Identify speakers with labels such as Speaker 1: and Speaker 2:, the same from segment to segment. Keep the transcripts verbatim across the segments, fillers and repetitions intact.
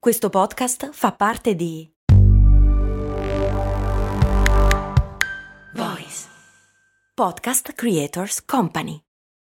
Speaker 1: Questo podcast fa parte di Voice Podcast Creators Company.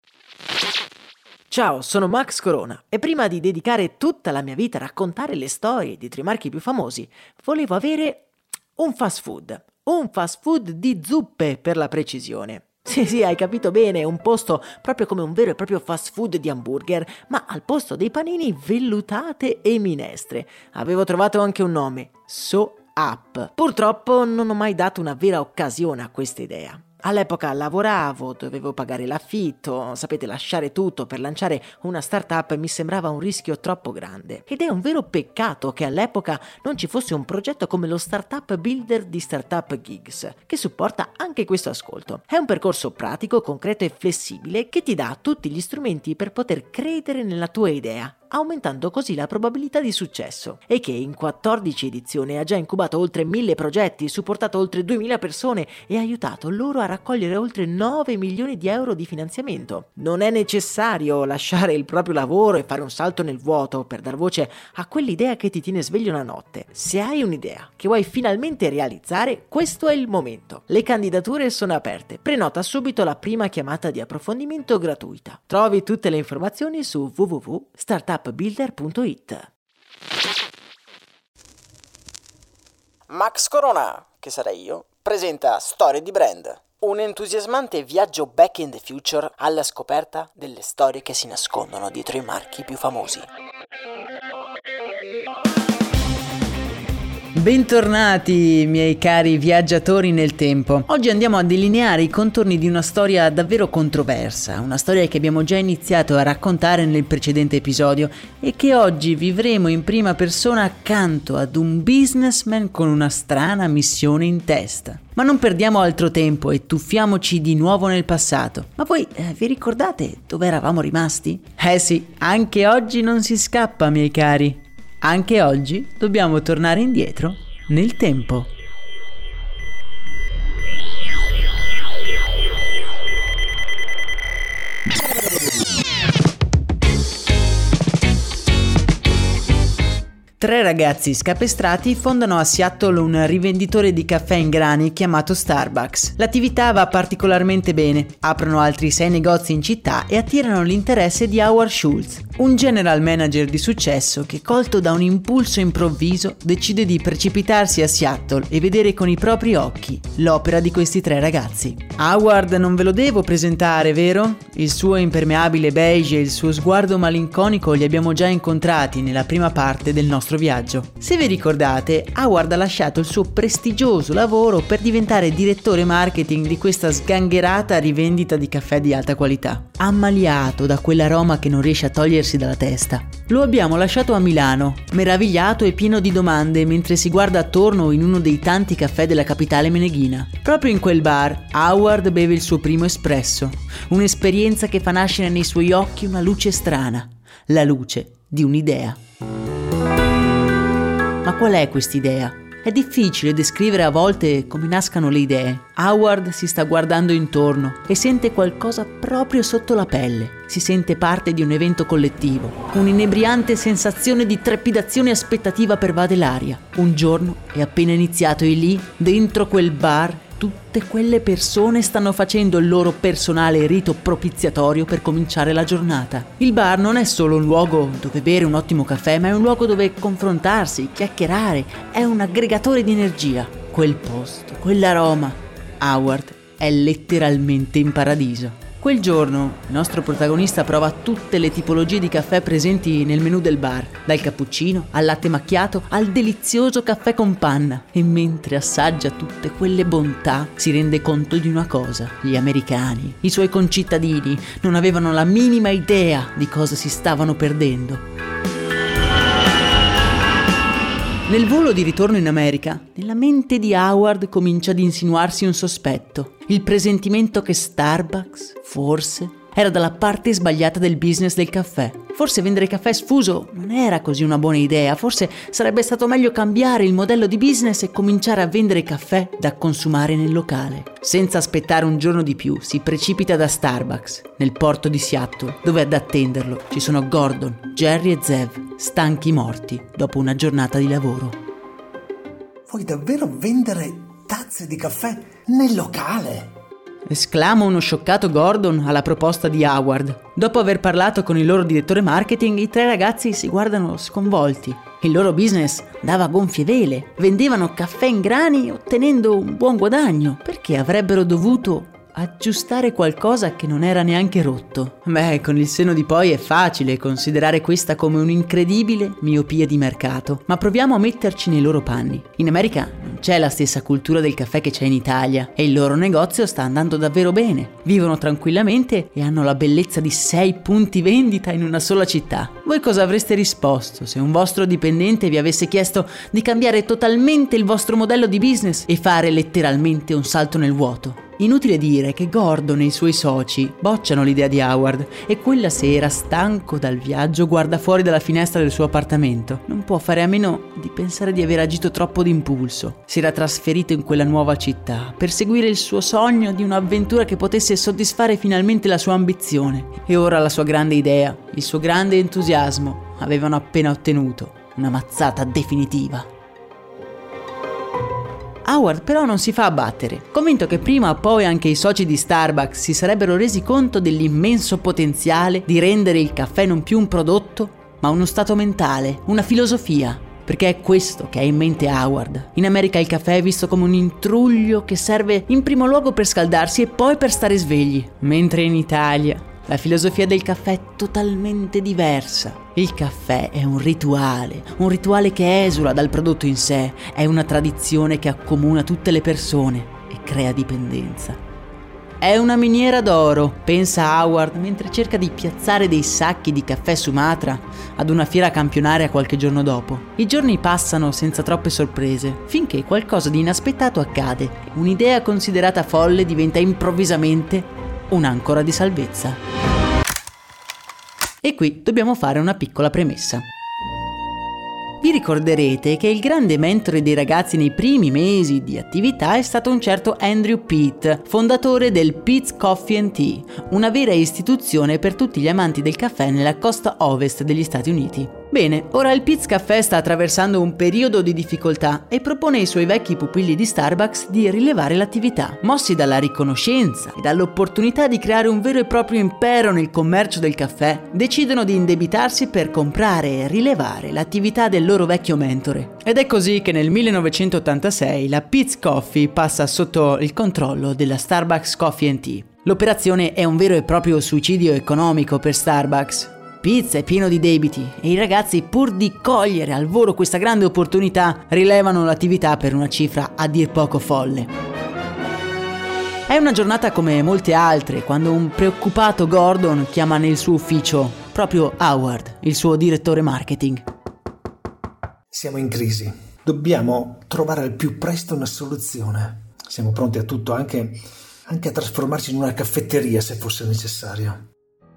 Speaker 2: Ciao, sono Max Corona e prima di dedicare tutta la mia vita a raccontare le storie di tre marchi più famosi, volevo avere un fast food. Un fast food di zuppe, per la precisione. Sì, sì, hai capito bene, un posto proprio come un vero e proprio fast food di hamburger, ma al posto dei panini vellutate e minestre. Avevo trovato anche un nome, So Up. Purtroppo non ho mai dato una vera occasione a questa idea. All'epoca lavoravo, dovevo pagare l'affitto, sapete, lasciare tutto per lanciare una startup mi sembrava un rischio troppo grande. Ed è un vero peccato che all'epoca non ci fosse un progetto come lo Startup Builder di Startup Gigs, che supporta anche questo ascolto. È un percorso pratico, concreto e flessibile che ti dà tutti gli strumenti per poter credere nella tua idea, aumentando così la probabilità di successo, e che in quattordici edizioni ha già incubato oltre mille progetti, supportato oltre duemila persone e aiutato loro a raccogliere oltre nove milioni di euro di finanziamento. Non è necessario lasciare il proprio lavoro e fare un salto nel vuoto per dar voce a quell'idea che ti tiene sveglio la notte. Se hai un'idea che vuoi finalmente realizzare, questo è il momento. Le candidature sono aperte. Prenota subito la prima chiamata di approfondimento gratuita. Trovi tutte le informazioni su w w w punto startup builder punto it.
Speaker 3: Max Corona, che sarei io, presenta Storie di Brand, un entusiasmante viaggio back in the future alla scoperta delle storie che si nascondono dietro i marchi più famosi.
Speaker 4: Bentornati miei cari viaggiatori nel tempo. Oggi andiamo a delineare i contorni di una storia davvero controversa, una storia che abbiamo già iniziato a raccontare nel precedente episodio e che oggi vivremo in prima persona accanto ad un businessman con una strana missione in testa. Ma non perdiamo altro tempo e tuffiamoci di nuovo nel passato. Ma voi eh, vi ricordate dove eravamo rimasti? Eh sì, anche oggi non si scappa, miei cari. Anche oggi dobbiamo tornare indietro nel tempo. Tre ragazzi scapestrati fondano a Seattle un rivenditore di caffè in grani chiamato Starbucks. L'attività va particolarmente bene, aprono altri sei negozi in città e attirano l'interesse di Howard Schultz, un general manager di successo che, colto da un impulso improvviso, decide di precipitarsi a Seattle e vedere con i propri occhi l'opera di questi tre ragazzi. Howard non ve lo devo presentare, vero? Il suo impermeabile beige e il suo sguardo malinconico li abbiamo già incontrati nella prima parte del nostro viaggio. Se vi ricordate, Howard ha lasciato il suo prestigioso lavoro per diventare direttore marketing di questa sgangherata rivendita di caffè di alta qualità. Ammaliato da quell'aroma che non riesce a togliersi dalla testa. Lo abbiamo lasciato a Milano, meravigliato e pieno di domande mentre si guarda attorno in uno dei tanti caffè della capitale meneghina. Proprio in quel bar, Howard beve il suo primo espresso, un'esperienza che fa nascere nei suoi occhi una luce strana, la luce di un'idea. Ma qual è quest'idea? È difficile descrivere a volte come nascano le idee. Howard si sta guardando intorno e sente qualcosa proprio sotto la pelle. Si sente parte di un evento collettivo. Un'inebriante sensazione di trepidazione e aspettativa pervade l'aria. Un giorno è appena iniziato e lì, dentro quel bar, tutte quelle persone stanno facendo il loro personale rito propiziatorio per cominciare la giornata. Il bar non è solo un luogo dove bere un ottimo caffè, ma è un luogo dove confrontarsi, chiacchierare, è un aggregatore di energia. Quel posto, quell'aroma. Howard è letteralmente in paradiso. Quel giorno il nostro protagonista prova tutte le tipologie di caffè presenti nel menù del bar, dal cappuccino al latte macchiato al delizioso caffè con panna, e mentre assaggia tutte quelle bontà si rende conto di una cosa: gli americani, i suoi concittadini, non avevano la minima idea di cosa si stavano perdendo. Nel volo di ritorno in America, nella mente di Howard comincia ad insinuarsi un sospetto, il presentimento che Starbucks, forse, era dalla parte sbagliata del business del caffè. Forse vendere caffè sfuso non era così una buona idea, forse sarebbe stato meglio cambiare il modello di business e cominciare a vendere caffè da consumare nel locale. Senza aspettare un giorno di più, si precipita da Starbucks, nel porto di Seattle, dove ad attenderlo ci sono Gordon, Jerry e Zev, stanchi morti dopo una giornata di lavoro.
Speaker 5: Vuoi davvero vendere tazze di caffè nel locale?
Speaker 4: Esclama uno scioccato Gordon alla proposta di Howard. Dopo aver parlato con il loro direttore marketing, i tre ragazzi si guardano sconvolti. Il loro business dava a gonfie vele, vendevano caffè in grani ottenendo un buon guadagno. Perché avrebbero dovuto aggiustare qualcosa che non era neanche rotto? Beh, con il senno di poi è facile considerare questa come un'incredibile miopia di mercato, ma proviamo a metterci nei loro panni. In America non c'è la stessa cultura del caffè che c'è in Italia e il loro negozio sta andando davvero bene. Vivono tranquillamente e hanno la bellezza di sei punti vendita in una sola città. Voi cosa avreste risposto se un vostro dipendente vi avesse chiesto di cambiare totalmente il vostro modello di business e fare letteralmente un salto nel vuoto? Inutile dire che Gordon e i suoi soci bocciano l'idea di Howard e quella sera, stanco dal viaggio, guarda fuori dalla finestra del suo appartamento. Non può fare a meno di pensare di aver agito troppo d'impulso. Si era trasferito in quella nuova città per seguire il suo sogno di un'avventura che potesse soddisfare finalmente la sua ambizione. E ora la sua grande idea, il suo grande entusiasmo avevano appena ottenuto una mazzata definitiva. Howard però non si fa abbattere, convinto che prima o poi anche i soci di Starbucks si sarebbero resi conto dell'immenso potenziale di rendere il caffè non più un prodotto, ma uno stato mentale, una filosofia. Perché è questo che ha in mente Howard. In America il caffè è visto come un intruglio che serve in primo luogo per scaldarsi e poi per stare svegli, mentre in Italia la filosofia del caffè è totalmente diversa. Il caffè è un rituale, un rituale che esula dal prodotto in sé, è una tradizione che accomuna tutte le persone e crea dipendenza. È una miniera d'oro, pensa Howard mentre cerca di piazzare dei sacchi di caffè Sumatra ad una fiera campionaria qualche giorno dopo. I giorni passano senza troppe sorprese, finché qualcosa di inaspettato accade. Un'idea considerata folle diventa improvvisamente un'ancora di salvezza. E qui dobbiamo fare una piccola premessa. Vi ricorderete che il grande mentore dei ragazzi nei primi mesi di attività è stato un certo Andrew Peat, fondatore del Peet's Coffee and Tea, una vera istituzione per tutti gli amanti del caffè nella costa ovest degli Stati Uniti. Bene, ora il Peet's Caffè sta attraversando un periodo di difficoltà e propone ai suoi vecchi pupilli di Starbucks di rilevare l'attività. Mossi dalla riconoscenza e dall'opportunità di creare un vero e proprio impero nel commercio del caffè, decidono di indebitarsi per comprare e rilevare l'attività del loro vecchio mentore. Ed è così che nel millenovecentottantasei la Peet's Coffee passa sotto il controllo della Starbucks Coffee and Tea. L'operazione è un vero e proprio suicidio economico per Starbucks. Peet's è pieno di debiti e i ragazzi, pur di cogliere al volo questa grande opportunità, rilevano l'attività per una cifra a dir poco folle. È una giornata come molte altre quando un preoccupato Gordon chiama nel suo ufficio proprio Howard, il suo direttore marketing.
Speaker 5: Siamo in crisi. Dobbiamo trovare al più presto una soluzione. Siamo pronti a tutto, anche, anche a trasformarci in una caffetteria se fosse necessario.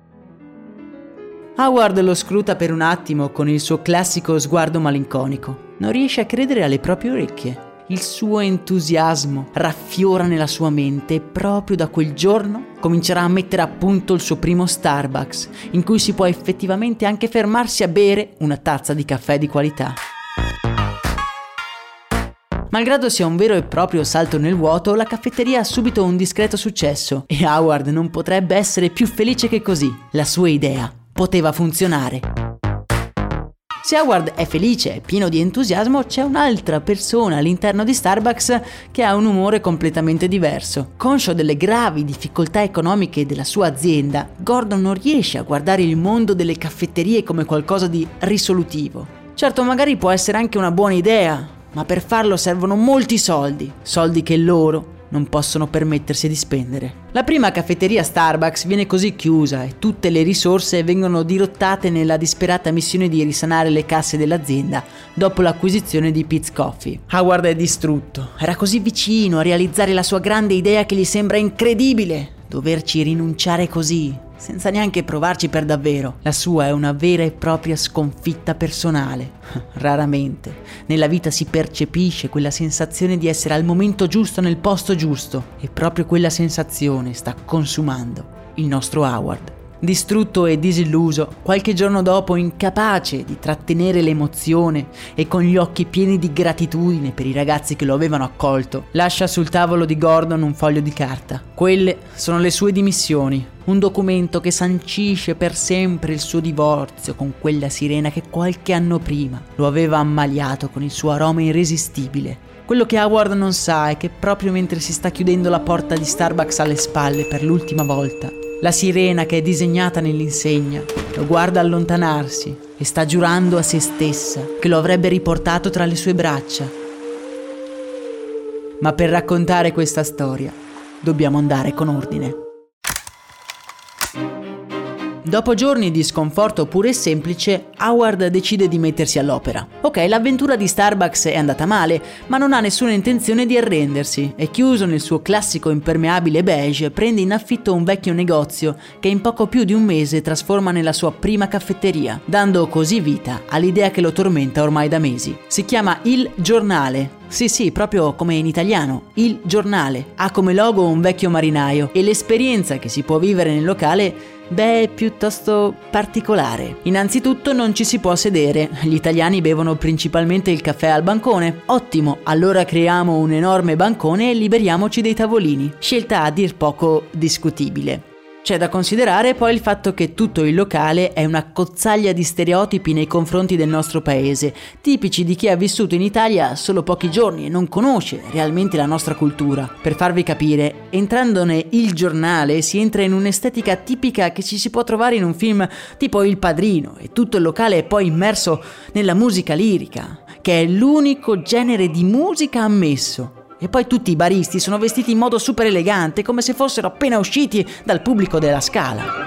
Speaker 4: Howard lo scruta per un attimo con il suo classico sguardo malinconico. Non riesce a credere alle proprie orecchie. Il suo entusiasmo raffiora nella sua mente e proprio da quel giorno comincerà a mettere a punto il suo primo Starbucks, in cui si può effettivamente anche fermarsi a bere una tazza di caffè di qualità. Malgrado sia un vero e proprio salto nel vuoto, la caffetteria ha subito un discreto successo e Howard non potrebbe essere più felice che così. La sua idea poteva funzionare. Se Howard è felice e pieno di entusiasmo, c'è un'altra persona all'interno di Starbucks che ha un umore completamente diverso. Conscio delle gravi difficoltà economiche della sua azienda, Gordon non riesce a guardare il mondo delle caffetterie come qualcosa di risolutivo. Certo, magari può essere anche una buona idea, ma per farlo servono molti soldi, soldi che loro non possono permettersi di spendere. La prima caffetteria Starbucks viene così chiusa e tutte le risorse vengono dirottate nella disperata missione di risanare le casse dell'azienda dopo l'acquisizione di Peet's Coffee. Howard è distrutto, era così vicino a realizzare la sua grande idea che gli sembra incredibile doverci rinunciare così. senza neanche provarci per davvero. La sua è una vera e propria sconfitta personale. Raramente nella vita si percepisce quella sensazione di essere al momento giusto nel posto giusto, e proprio quella sensazione sta consumando il nostro Howard. Distrutto e disilluso, qualche giorno dopo, incapace di trattenere l'emozione e con gli occhi pieni di gratitudine per i ragazzi che lo avevano accolto, lascia sul tavolo di Gordon un foglio di carta. Quelle sono le sue dimissioni, un documento che sancisce per sempre il suo divorzio con quella sirena che qualche anno prima lo aveva ammaliato con il suo aroma irresistibile. Quello che Howard non sa è che proprio mentre si sta chiudendo la porta di Starbucks alle spalle per l'ultima volta, la sirena che è disegnata nell'insegna lo guarda allontanarsi e sta giurando a se stessa che lo avrebbe riportato tra le sue braccia. Ma per raccontare questa storia dobbiamo andare con ordine. Dopo giorni di sconforto puro e semplice, Howard decide di mettersi all'opera. Ok, l'avventura di Starbucks è andata male, ma non ha nessuna intenzione di arrendersi e, chiuso nel suo classico impermeabile beige, prende in affitto un vecchio negozio che in poco più di un mese trasforma nella sua prima caffetteria, dando così vita all'idea che lo tormenta ormai da mesi. Si chiama Il Giornale. Sì, sì, proprio come in italiano, Il Giornale. Ha come logo un vecchio marinaio e l'esperienza che si può vivere nel locale, beh, è piuttosto particolare. Innanzitutto non ci si può sedere, gli italiani bevono principalmente il caffè al bancone. Ottimo, allora creiamo un enorme bancone e liberiamoci dei tavolini. Scelta a dir poco discutibile. C'è da considerare poi il fatto che tutto il locale è una cozzaglia di stereotipi nei confronti del nostro paese, tipici di chi ha vissuto in Italia solo pochi giorni e non conosce realmente la nostra cultura. Per farvi capire, entrando nel Il Giornale si entra in un'estetica tipica che ci si può trovare in un film tipo Il Padrino, e tutto il locale è poi immerso nella musica lirica, che è l'unico genere di musica ammesso. E poi tutti i baristi sono vestiti in modo super elegante, come se fossero appena usciti dal pubblico della Scala.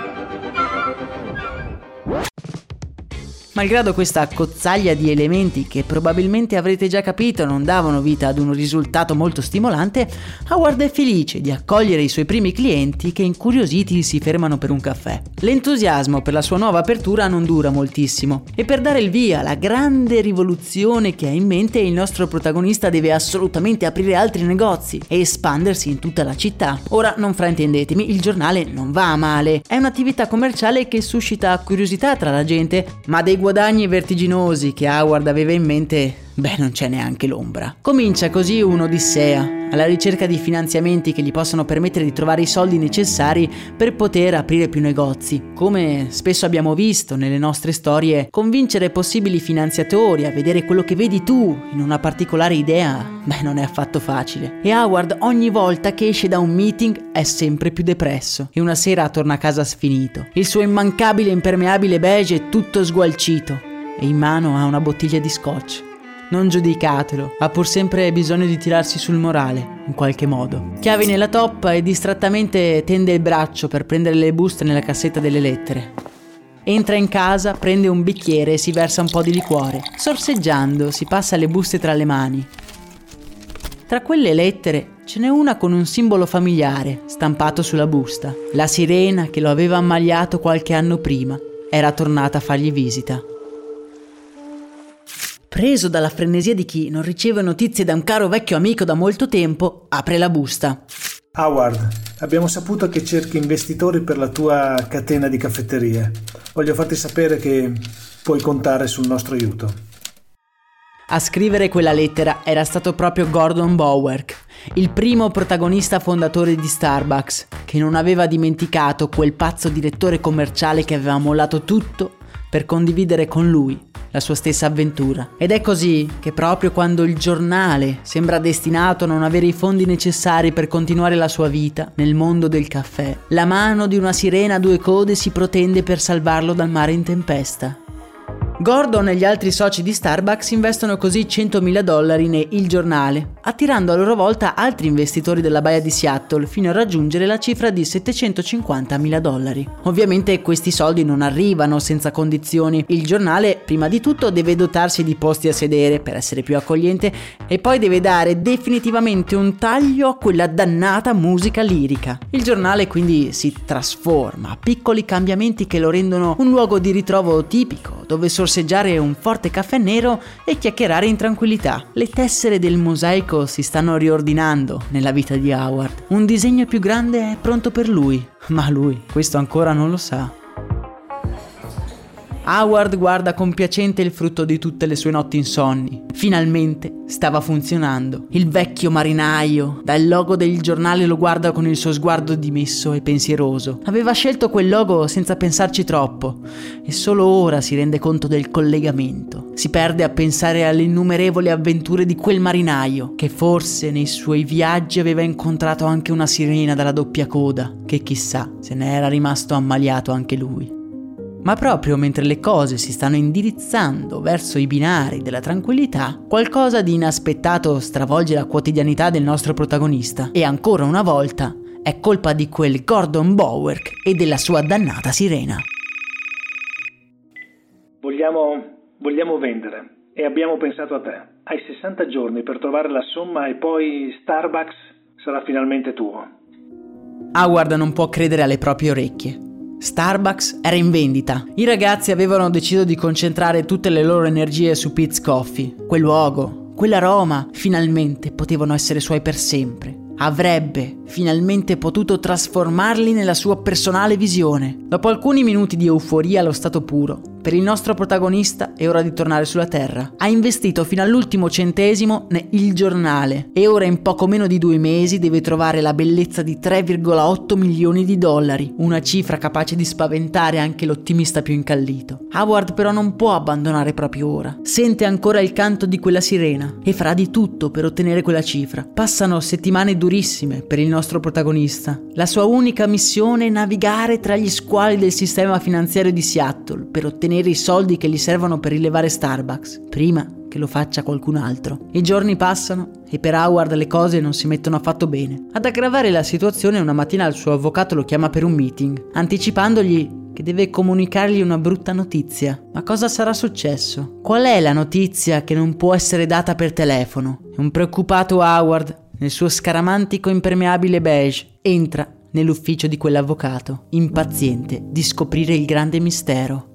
Speaker 4: Malgrado questa cozzaglia di elementi che probabilmente avrete già capito non davano vita ad un risultato molto stimolante, Howard è felice di accogliere i suoi primi clienti che incuriositi si fermano per un caffè. L'entusiasmo per la sua nuova apertura non dura moltissimo e per dare il via alla grande rivoluzione che ha in mente il nostro protagonista deve assolutamente aprire altri negozi e espandersi in tutta la città. Ora non fraintendetemi, il giornale non va male, è un'attività commerciale che suscita curiosità tra la gente, ma dei guadagni vertiginosi che Howard aveva in mente, beh, non c'è neanche l'ombra. Comincia così un'odissea alla ricerca di finanziamenti che gli possano permettere di trovare i soldi necessari per poter aprire più negozi. Come spesso abbiamo visto nelle nostre storie, convincere possibili finanziatori a vedere quello che vedi tu in una particolare idea, beh, non è affatto facile. E Howard ogni volta che esce da un meeting è sempre più depresso e una sera torna a casa sfinito. Il suo immancabile impermeabile beige è tutto sgualcito e in mano ha una bottiglia di scotch. Non giudicatelo, ha pur sempre bisogno di tirarsi sul morale, in qualche modo. Chiavi nella toppa e distrattamente tende il braccio per prendere le buste nella cassetta delle lettere. Entra in casa, prende un bicchiere e si versa un po' di liquore. Sorseggiando si passa le buste tra le mani. Tra quelle lettere ce n'è una con un simbolo familiare stampato sulla busta. La sirena che lo aveva ammaliato qualche anno prima era tornata a fargli visita. Preso dalla frenesia di chi non riceve notizie da un caro vecchio amico da molto tempo, apre la busta.
Speaker 5: Howard, abbiamo saputo che cerchi investitori per la tua catena di caffetterie. Voglio farti sapere che puoi contare sul nostro aiuto.
Speaker 4: A scrivere quella lettera era stato proprio Gordon Bowerk, il primo protagonista fondatore di Starbucks, che non aveva dimenticato quel pazzo direttore commerciale che aveva mollato tutto per condividere con lui la sua stessa avventura. Ed è così che proprio quando il giornale sembra destinato a non avere i fondi necessari per continuare la sua vita nel mondo del caffè, la mano di una sirena a due code si protende per salvarlo dal mare in tempesta. Gordon e gli altri soci di Starbucks investono così centomila dollari ne Il Giornale, attirando a loro volta altri investitori della baia di Seattle fino a raggiungere la cifra di settecentocinquantamila dollari. Ovviamente questi soldi non arrivano senza condizioni. Il Giornale, prima di tutto, deve dotarsi di posti a sedere per essere più accogliente e poi deve dare definitivamente un taglio a quella dannata musica lirica. Il Giornale quindi si trasforma, piccoli cambiamenti che lo rendono un luogo di ritrovo tipico, dove sorseggiare un forte caffè nero e chiacchierare in tranquillità. Le tessere del mosaico si stanno riordinando nella vita di Howard. Un disegno più grande è pronto per lui, ma lui questo ancora non lo sa. Howard guarda compiacente il frutto di tutte le sue notti insonni. Finalmente stava funzionando. Il vecchio marinaio, dal logo del Giornale, lo guarda con il suo sguardo dimesso e pensieroso. Aveva scelto quel logo senza pensarci troppo e solo ora si rende conto del collegamento. Si perde a pensare alle innumerevoli avventure di quel marinaio, che forse nei suoi viaggi aveva incontrato anche una sirena dalla doppia coda, che chissà se ne era rimasto ammaliato anche lui. Ma proprio mentre le cose si stanno indirizzando verso i binari della tranquillità, qualcosa di inaspettato stravolge la quotidianità del nostro protagonista e ancora una volta è colpa di quel Gordon Bowerk e della sua dannata sirena.
Speaker 5: Vogliamo, vogliamo vendere e abbiamo pensato a te. Hai sessanta giorni per trovare la somma e poi Starbucks sarà finalmente tuo.
Speaker 4: Howard non può credere alle proprie orecchie. Starbucks era in vendita. I ragazzi avevano deciso di concentrare tutte le loro energie su Peet's Coffee. Quel luogo, quell'aroma, finalmente potevano essere suoi per sempre. Avrebbe finalmente potuto trasformarli nella sua personale visione. Dopo alcuni minuti di euforia allo stato puro, per il nostro protagonista è ora di tornare sulla terra. Ha investito fino all'ultimo centesimo nel Il Giornale e ora in poco meno di due mesi deve trovare la bellezza di tre virgola otto milioni di dollari, una cifra capace di spaventare anche l'ottimista più incallito. Howard però non può abbandonare proprio ora. Sente ancora il canto di quella sirena e farà di tutto per ottenere quella cifra. Passano settimane durissime per il nostro protagonista. La sua unica missione è navigare tra gli squali del sistema finanziario di Seattle per ottenere i soldi che gli servono per rilevare Starbucks, prima che lo faccia qualcun altro. I giorni passano e per Howard le cose non si mettono affatto bene. Ad aggravare la situazione, una mattina il suo avvocato lo chiama per un meeting, anticipandogli che deve comunicargli una brutta notizia. Ma cosa sarà successo? Qual è la notizia che non può essere data per telefono? Un preoccupato Howard, nel suo scaramantico impermeabile beige, entra nell'ufficio di quell'avvocato, impaziente di scoprire il grande mistero.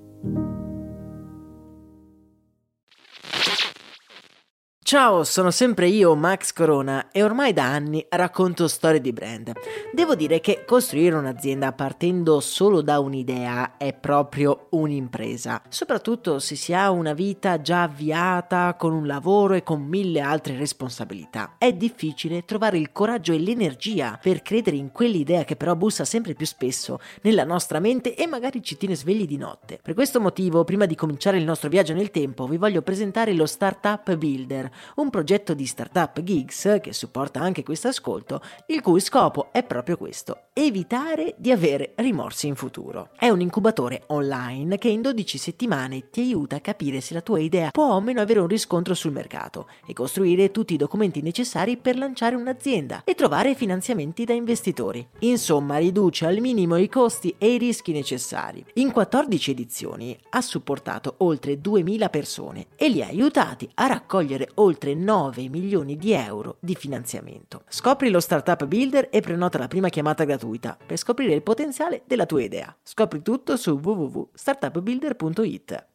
Speaker 2: Ciao, sono sempre io, Max Corona, e ormai da anni racconto storie di brand. Devo dire che costruire un'azienda partendo solo da un'idea è proprio un'impresa, soprattutto se si ha una vita già avviata con un lavoro e con mille altre responsabilità. È difficile trovare il coraggio e l'energia per credere in quell'idea che però bussa sempre più spesso nella nostra mente e magari ci tiene svegli di notte. Per questo motivo, prima di cominciare il nostro viaggio nel tempo, vi voglio presentare lo Startup Builder, un progetto di Startup Geeks che supporta anche questo ascolto, il cui scopo è proprio questo: evitare di avere rimorsi in futuro. È un incubatore online che in dodici settimane ti aiuta a capire se la tua idea può o meno avere un riscontro sul mercato e costruire tutti i documenti necessari per lanciare un'azienda e trovare finanziamenti da investitori. Insomma, riduce al minimo i costi e i rischi necessari. In quattordici edizioni ha supportato oltre duemila persone e li ha aiutati a raccogliere oltre nove milioni di euro di finanziamento. Scopri lo Startup Builder e prenota la prima chiamata gratuita per scoprire il potenziale della tua idea. Scopri tutto su w w w punto startup builder punto i t.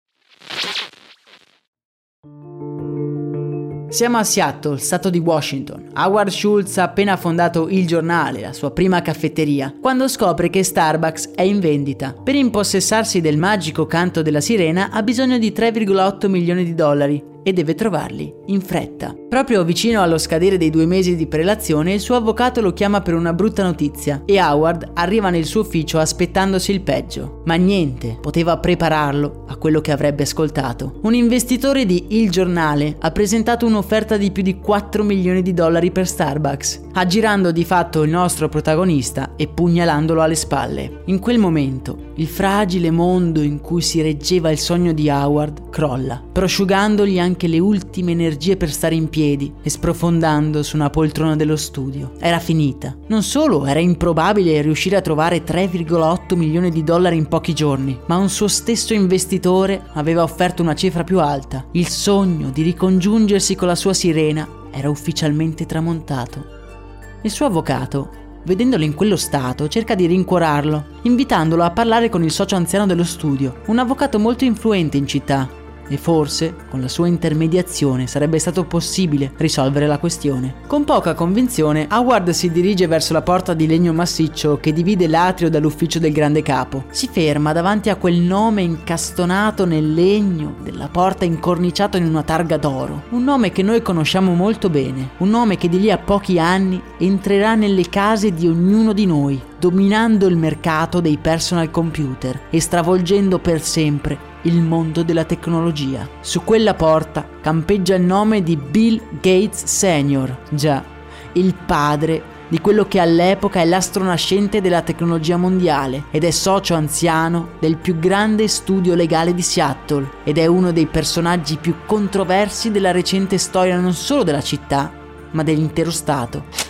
Speaker 4: Siamo a Seattle, stato di Washington. Howard Schultz ha appena fondato Il Giornale, la sua prima caffetteria, quando scopre che Starbucks è in vendita. Per impossessarsi del magico canto della sirena ha bisogno di tre virgola otto milioni di dollari e deve trovarli in fretta. Proprio vicino allo scadere dei due mesi di prelazione, il suo avvocato lo chiama per una brutta notizia e Howard arriva nel suo ufficio aspettandosi il peggio. Ma niente poteva prepararlo a quello che avrebbe ascoltato. Un investitore di Il Giornale ha presentato un'offerta di più di quattro milioni di dollari per Starbucks, aggirando di fatto il nostro protagonista e pugnalandolo alle spalle. In quel momento, il fragile mondo in cui si reggeva il sogno di Howard crolla, prosciugandogli anche le ultime energie per stare in piedi e sprofondando su una poltrona dello studio. Era finita. Non solo era improbabile riuscire a trovare tre virgola otto milioni di dollari in pochi giorni, ma un suo stesso investitore aveva offerto una cifra più alta. Il sogno di ricongiungersi con la sua sirena era ufficialmente tramontato. Il suo avvocato, vedendolo in quello stato, cerca di rincuorarlo, invitandolo a parlare con il socio anziano dello studio, un avvocato molto influente in città. E forse, con la sua intermediazione, sarebbe stato possibile risolvere la questione. Con poca convinzione, Howard si dirige verso la porta di legno massiccio che divide l'atrio dall'ufficio del grande capo. Si ferma davanti a quel nome incastonato nel legno della porta incorniciato in una targa d'oro. Un nome che noi conosciamo molto bene, un nome che di lì a pochi anni entrerà nelle case di ognuno di noi, dominando il mercato dei personal computer e stravolgendo per sempre il mondo della tecnologia. Su quella porta campeggia il nome di Bill Gates Senior, già, il padre di quello che all'epoca è l'astro nascente della tecnologia mondiale ed è socio anziano del più grande studio legale di Seattle ed è uno dei personaggi più controversi della recente storia non solo della città, ma dell'intero stato.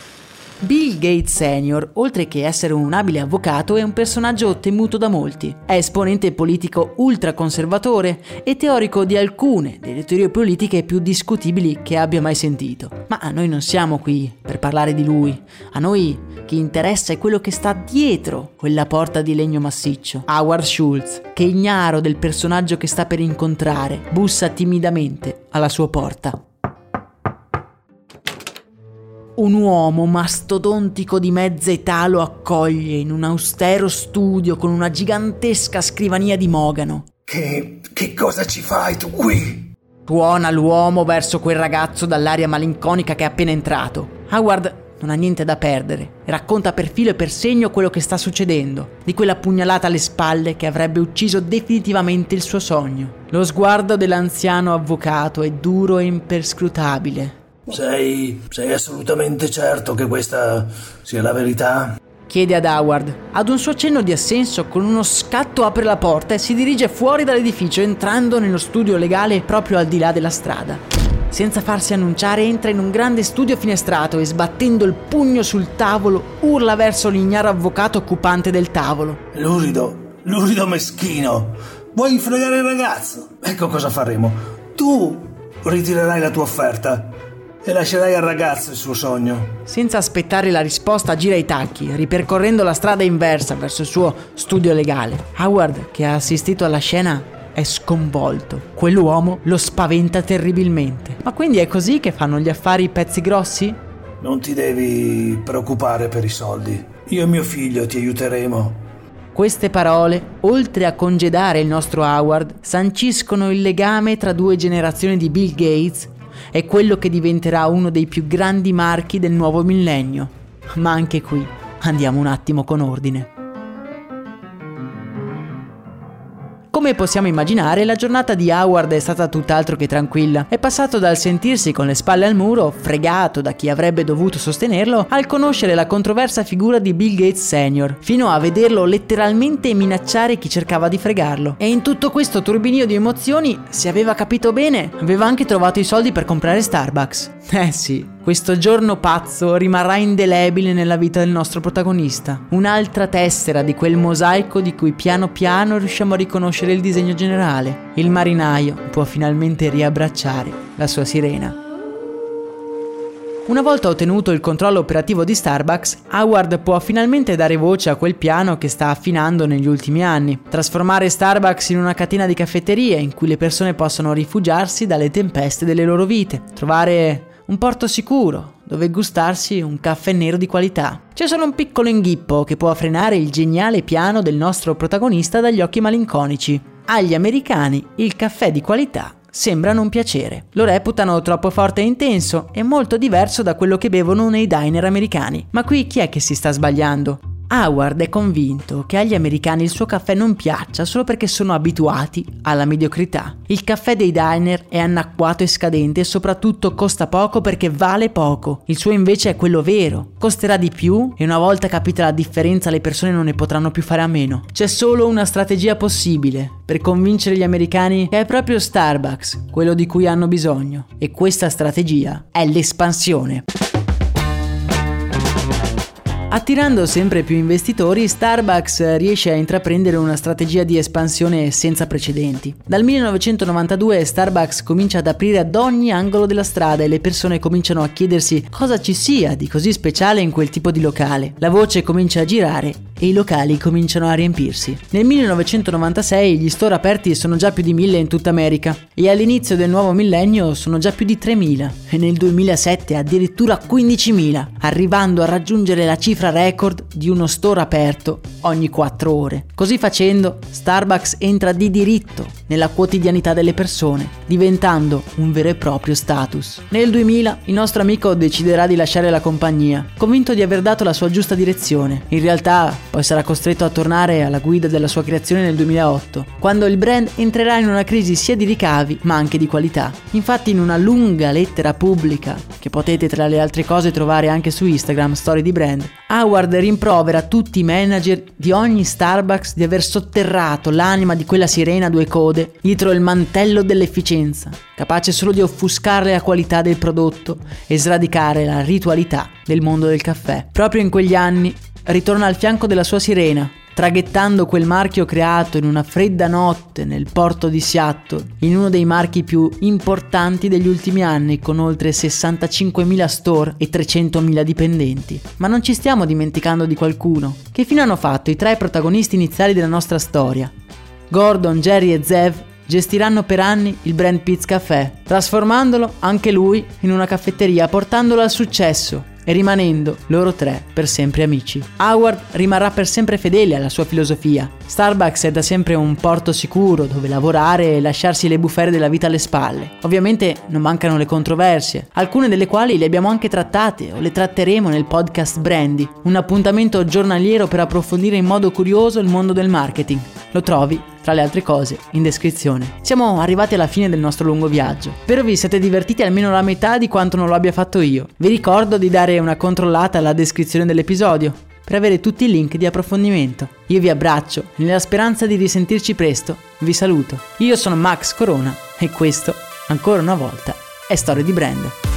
Speaker 4: Bill Gates Senior, oltre che essere un abile avvocato, è un personaggio temuto da molti. È esponente politico ultraconservatore e teorico di alcune delle teorie politiche più discutibili che abbia mai sentito. Ma a noi non siamo qui per parlare di lui. A noi chi interessa è quello che sta dietro quella porta di legno massiccio. Howard Schultz, che ignaro del personaggio che sta per incontrare, bussa timidamente alla sua porta. Un uomo mastodontico di mezza età lo accoglie in un austero studio con una gigantesca scrivania di mogano.
Speaker 5: Che... che cosa ci fai tu qui?
Speaker 4: Tuona l'uomo verso quel ragazzo dall'aria malinconica che è appena entrato. Howard non ha niente da perdere e racconta per filo e per segno quello che sta succedendo, di quella pugnalata alle spalle che avrebbe ucciso definitivamente il suo sogno. Lo sguardo dell'anziano avvocato è duro e imperscrutabile.
Speaker 5: Sei... sei assolutamente certo che questa sia la verità?
Speaker 4: Chiede ad Howard. Ad un suo cenno di assenso, con uno scatto apre la porta e si dirige fuori dall'edificio, entrando nello studio legale proprio al di là della strada. Senza farsi annunciare entra in un grande studio finestrato e sbattendo il pugno sul tavolo urla verso l'ignaro avvocato occupante del tavolo.
Speaker 5: Lurido, lurido meschino, vuoi fregare il ragazzo? Ecco cosa faremo. Tu ritirerai la tua offerta e lascerai al ragazzo il suo sogno.
Speaker 4: Senza aspettare la risposta gira i tacchi, ripercorrendo la strada inversa verso il suo studio legale. Howard, che ha assistito alla scena, è sconvolto. Quell'uomo lo spaventa terribilmente. Ma quindi è così che fanno gli affari i pezzi grossi?
Speaker 5: Non ti devi preoccupare per i soldi. Io e mio figlio ti aiuteremo.
Speaker 4: Queste parole, oltre a congedare il nostro Howard, sanciscono il legame tra due generazioni di Bill Gates e quello che diventerà uno dei più grandi marchi del nuovo millennio. Ma anche qui andiamo un attimo con ordine. Come possiamo immaginare, la giornata di Howard è stata tutt'altro che tranquilla. È passato dal sentirsi con le spalle al muro, fregato da chi avrebbe dovuto sostenerlo, al conoscere la controversa figura di Bill Gates Senior, fino a vederlo letteralmente minacciare chi cercava di fregarlo. E in tutto questo turbinio di emozioni, se aveva capito bene, aveva anche trovato i soldi per comprare Starbucks. Eh sì, questo giorno pazzo rimarrà indelebile nella vita del nostro protagonista. Un'altra tessera di quel mosaico di cui piano piano riusciamo a riconoscere il disegno generale. Il marinaio può finalmente riabbracciare la sua sirena. Una volta ottenuto il controllo operativo di Starbucks, Howard può finalmente dare voce a quel piano che sta affinando negli ultimi anni. Trasformare Starbucks in una catena di caffetterie in cui le persone possono rifugiarsi dalle tempeste delle loro vite. Trovare un porto sicuro dove gustarsi un caffè nero di qualità. C'è solo un piccolo inghippo che può frenare il geniale piano del nostro protagonista dagli occhi malinconici. Agli americani il caffè di qualità sembra non piacere. Lo reputano troppo forte e intenso e molto diverso da quello che bevono nei diner americani. Ma qui chi è che si sta sbagliando? Howard è convinto che agli americani il suo caffè non piaccia solo perché sono abituati alla mediocrità. Il caffè dei diner è anacquato e scadente e soprattutto costa poco perché vale poco. Il suo invece è quello vero. Costerà di più e una volta capita la differenza le persone non ne potranno più fare a meno. C'è solo una strategia possibile per convincere gli americani che è proprio Starbucks quello di cui hanno bisogno. E questa strategia è l'espansione. Attirando sempre più investitori, Starbucks riesce a intraprendere una strategia di espansione senza precedenti. Dal millenovecentonovantadue Starbucks comincia ad aprire ad ogni angolo della strada e le persone cominciano a chiedersi cosa ci sia di così speciale in quel tipo di locale. La voce comincia a girare e i locali cominciano a riempirsi. Nel millenovecentonovantasei gli store aperti sono già più di mille in tutta America e all'inizio del nuovo millennio sono già più di tremila e nel duemilasette addirittura quindicimila, arrivando a raggiungere la cifra record di uno store aperto ogni quattro ore. Così facendo, Starbucks entra di diritto nella quotidianità delle persone, diventando un vero e proprio status. Nel duemila il nostro amico deciderà di lasciare la compagnia, convinto di aver dato la sua giusta direzione. In realtà, poi sarà costretto a tornare alla guida della sua creazione nel duemilaotto, quando il brand entrerà in una crisi sia di ricavi ma anche di qualità. Infatti, in una lunga lettera pubblica, che potete tra le altre cose trovare anche su Instagram, Storie di Brand, Howard rimprovera tutti i manager di ogni Starbucks di aver sotterrato l'anima di quella sirena a due code dietro il mantello dell'efficienza, capace solo di offuscare la qualità del prodotto e sradicare la ritualità del mondo del caffè. Proprio in quegli anni ritorna al fianco della sua sirena, traghettando quel marchio creato in una fredda notte nel porto di Seattle, in uno dei marchi più importanti degli ultimi anni, con oltre sessantacinquemila store e trecentomila dipendenti. Ma non ci stiamo dimenticando di qualcuno. Che fine hanno fatto i tre protagonisti iniziali della nostra storia? Gordon, Jerry e Zev gestiranno per anni il brand Peet's Café, trasformandolo anche lui in una caffetteria, portandolo al successo e rimanendo loro tre per sempre amici. Howard rimarrà per sempre fedele alla sua filosofia. Starbucks è da sempre un porto sicuro dove lavorare e lasciarsi le bufere della vita alle spalle. Ovviamente non mancano le controversie, alcune delle quali le abbiamo anche trattate o le tratteremo nel podcast Brandy, un appuntamento giornaliero per approfondire in modo curioso il mondo del marketing. Lo trovi, tra le altre cose, in descrizione. Siamo arrivati alla fine del nostro lungo viaggio. Spero vi siate divertiti almeno la metà di quanto non lo abbia fatto io. Vi ricordo di dare una controllata alla descrizione dell'episodio per avere tutti i link di approfondimento. Io vi abbraccio e nella speranza di risentirci presto vi saluto. Io sono Max Corona e questo, ancora una volta, è Storie di Brand.